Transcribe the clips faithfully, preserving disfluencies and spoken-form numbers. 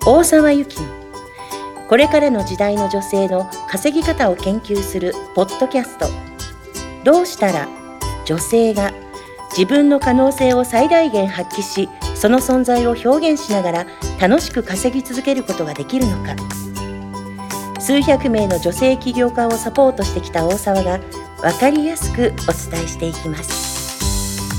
大沢由紀のこれからの時代の女性の稼ぎ方を研究するポッドキャスト、どうしたら女性が自分の可能性を最大限発揮し、その存在を表現しながら楽しく稼ぎ続けることができるのか。数百名の女性起業家をサポートしてきた大沢が分かりやすくお伝えしていきます。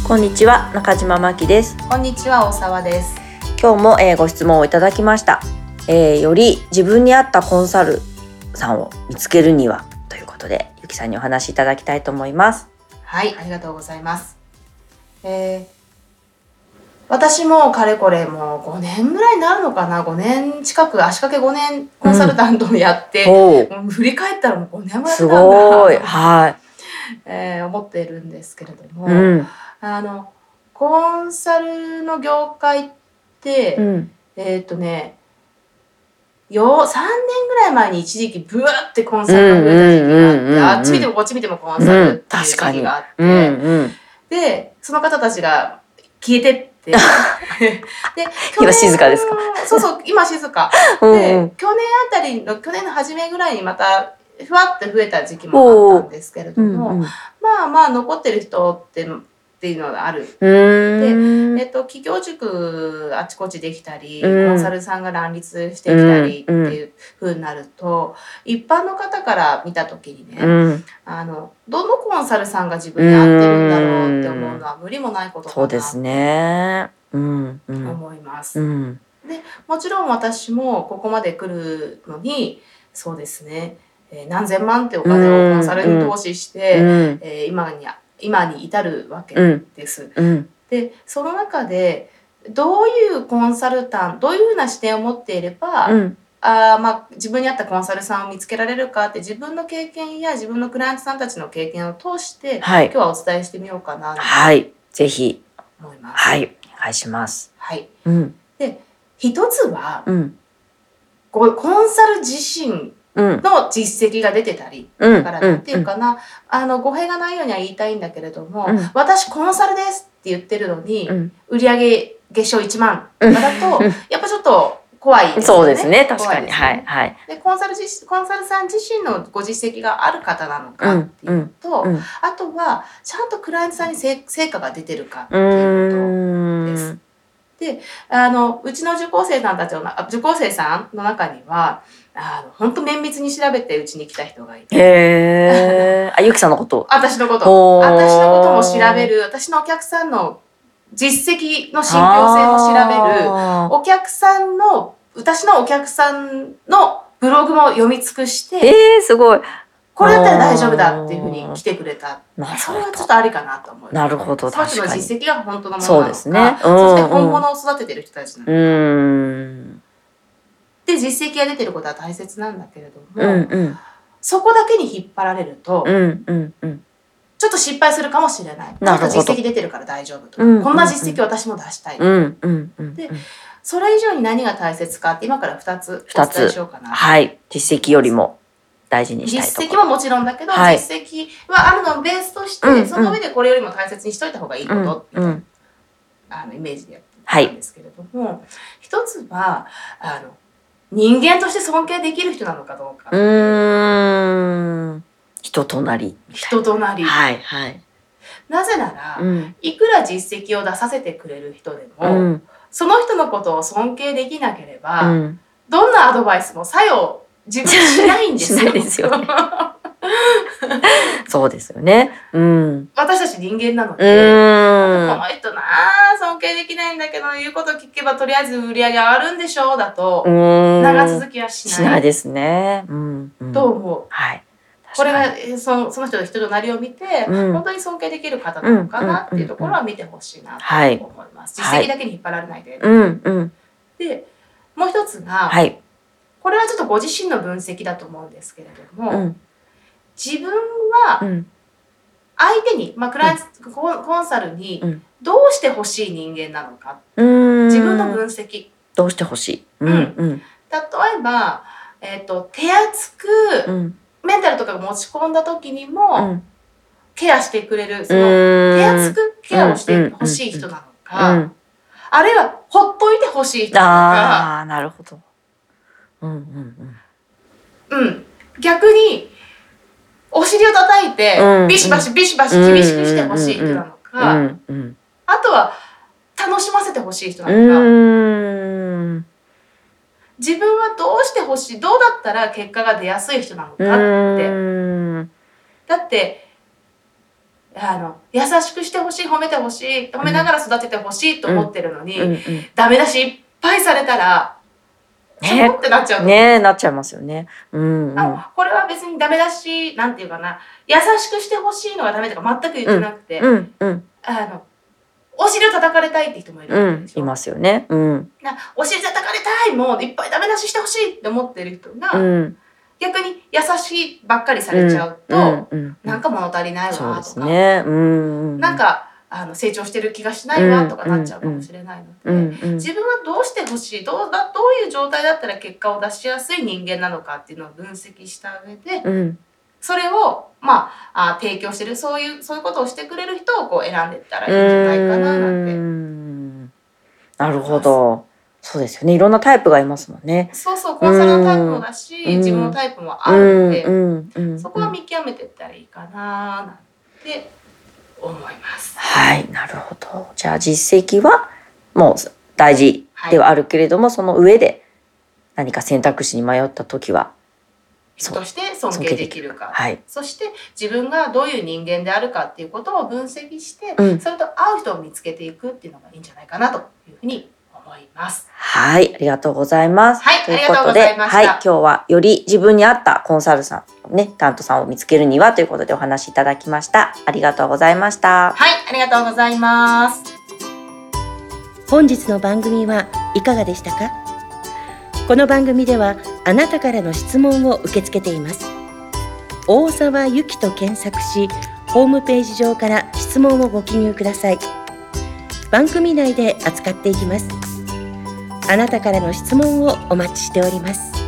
こんにちは、中島真希です。 こんにちは、大沢です。 今日も、えー、ご質問をいただきました。えー、より自分に合ったコンサルさんを見つけるにはということで、ゆきさんにお話しいただきたいと思います。 はい、ありがとうございます。えー、私もかれこれもうごねんぐらいになるのかな、ごねん近く、足掛けごねんコンサルタントをやって、うん、振り返ったらもうごねんもやってたんだな、すごい、はい、えー、思っているんですけれども、うん、あのコンサルの業界って、うん、えっとねよさんねんぐらい前に一時期ブワーってコンサルが増えた時期があって、うんうんうんうん、あっち見てもこっち見てもコンサルっていう時期があって、うんうん、でその方たちが消えてってで今静かですか？ そうそう、今静かで、うんうん、去年あたりの去年の初めぐらいにまたふわって増えた時期もあったんですけれども、うんうん、まあまあ残ってる人ってっていうのがある。で、えっと、企業塾あちこちできたり、うん、コンサルさんが乱立してきたりっていう風になると、うん、一般の方から見た時にね、うん、あのどのコンサルさんが自分に合ってるんだろうって思うのは無理もないことかなそうですね、 うんうん、思います。うん、でもちろん私もここまで来るのにそうですね、えー、何千万ってお金をコンサルに投資して、うん、えー、今に今に至るわけです。うんうん、でその中でどういうコンサルタント、どういうふうな視点を持っていれば、うん、あまあ、自分に合ったコンサルさんを見つけられるかって自分の経験や自分のクライアントさんたちの経験を通して、はい、今日はお伝えしてみようかなとぜひ思います。 はい、お願いします。 はい、うん、で一つは、うん、こうコンサル自身の実績が出てたり、うん、だからなんていうかな、うん、あの語弊がないようには言いたいんだけれども、うん、私コンサルですって言ってるのに、うん、売上月賞いちまんとかだと、うん、やっぱちょっと怖いですよね。 そうですね、確かに、ね、はいはい。 でコンサル自コンサルさん自身のご実績がある方なのかっていうのと、うんうん、あとはちゃんとクライアントさんに成果が出てるかっていうことです。であのうちの受講生さんたちの受講生さんの中にはあの本当綿密に調べてうちに来た人がいて、 へーあゆきさんのこと私のこと私のことも調べる、私のお客さんの実績の信憑性も調べる、お客さんの私のお客さんのブログも読み尽くして、 えー、すごいこれだったら大丈夫だっていうふうに来てくれた。それはちょっとありかなと思います。 なるほど、 その人の実績が本当のものなのか、 そうですね、 うん、そして本物を育ててる人たちなのか、うん、で実績が出てることは大切なんだけれども、うんうん、そこだけに引っ張られると、うんうんうん、ちょっと失敗するかもしれない。なんか実績出てるから大丈夫とか、うんうんうん、こんな実績私も出したい、うんうんうん、でそれ以上に何が大切かって今からふたつお伝えしようかな。 はい、実績よりも大事にしたいところ。 実績ももちろんだけど、はい、実績はあるのをベースとして、うんうん、その上でこれよりも大切にしといた方がいいことっていう、うんうん、あのイメージでやってたんですけれども、はい、一つはあの人間として尊敬できる人なのかどうか。うーん、人となり。 人となり。 はいはい。 なぜなら、うん、いくら実績を出させてくれる人でも、うん、その人のことを尊敬できなければ、うん、どんなアドバイスも作用自分しないんですよ。 しないですよね。そうですよね。うん。 私たち人間なので、この人なあ尊敬できないんだけど言うこと聞けばとりあえず売り上げ上がるんでしょうだと長続きはしない。 しないですね。うんうん、と思う。 はい。 これがその、その人の人となりを見て、うん、本当に尊敬できる方なのかなっていうところは見てほしいなと思います。はい、実績だけに引っ張られないで。 うんうん、 で、もう一つが、はい、これはちょっとご自身の分析だと思うんですけれども、うん、自分は相手に、まあ、クライアント、うん、コンサルにどうしてほしい人間なのか、うん、自分の分析。 どうしてほしい、 うんうん、例えば、えーと、手厚く、うんメンタルとかが持ち込んだ時にも、うん、ケアしてくれるその手厚くケアをしてほしい人なのか、うんうん、あるいはほっといてほしい人なのか。 あー、なるほど。 うんうんうん逆にお尻を叩いて、 うんビシバシビシバシ厳しくしてほしい人なのか、 うんうん、 あとは楽しませてほしい人なのか、 うん、 自分はどうしてほしい、どうだったら結果が出やすい人なのかって、 うん、 だってあの優しくしてほしい、褒めてほしい、褒めながら育ててほしいと思ってるのに、 うんうん、 ダメ出しいっぱいされたらちょっってなっちゃうの。 ねえ、なっちゃいますよね。うんうん、 あこれは別にダメ出しなんていうかな、優しくしてほしいのがダメとか全く言ってなくて、 うんうん、 あのお尻を叩かれたいって人もいるわけでしょ、 うん、いますよね。うん、 なお尻叩かれたい、もういっぱいダメ出ししてほしいって思ってる人が、 うん、 逆に優しいばっかりされちゃうと、 うんうん、 なんか物足りないわとか、 そうですね、うん、 なんかあの成長してる気がしないわとかなっちゃうかもしれないので、 うんうん、 自分はどうしてほしい、どうだどういう状態だったら結果を出しやすい人間なのかっていうのを分析した上で、 うん、 それをまあ、あ提供してるそういうそういうことをしてくれる人をこう選んでいったらいいんじゃないかななんて。 うんなるほど。そうですよね。いろんなタイプがいますもんね。 そうそう、コンサルのタイプもだし、自分のタイプもあるので、うんうん、そこは見極めていったらいいかななんて思います。 はい、なるほど。じゃあ実績はもう大事ではあるけれども、はい、その上で何か選択肢に迷った時は人として尊敬できるか、 はい、 そして自分がどういう人間であるかっていうことを分析して、うん、それと合う人を見つけていくっていうのがいいんじゃないかなというふうに思います。 はい、ありがとうございます。 はい、ということで、ありがとうございました。 はい、今日はより自分に合ったコンサルさん、ね、担当さんを見つけるにはということでお話しいただきました。ありがとうございました。 はい、ありがとうございます。 本日の番組はいかがでしたか？この番組ではあなたからの質問を受け付けています。大沢ゆきと検索し、ホームページ上から質問をご記入ください。番組内で扱っていきます。あなたからの質問をお待ちしております。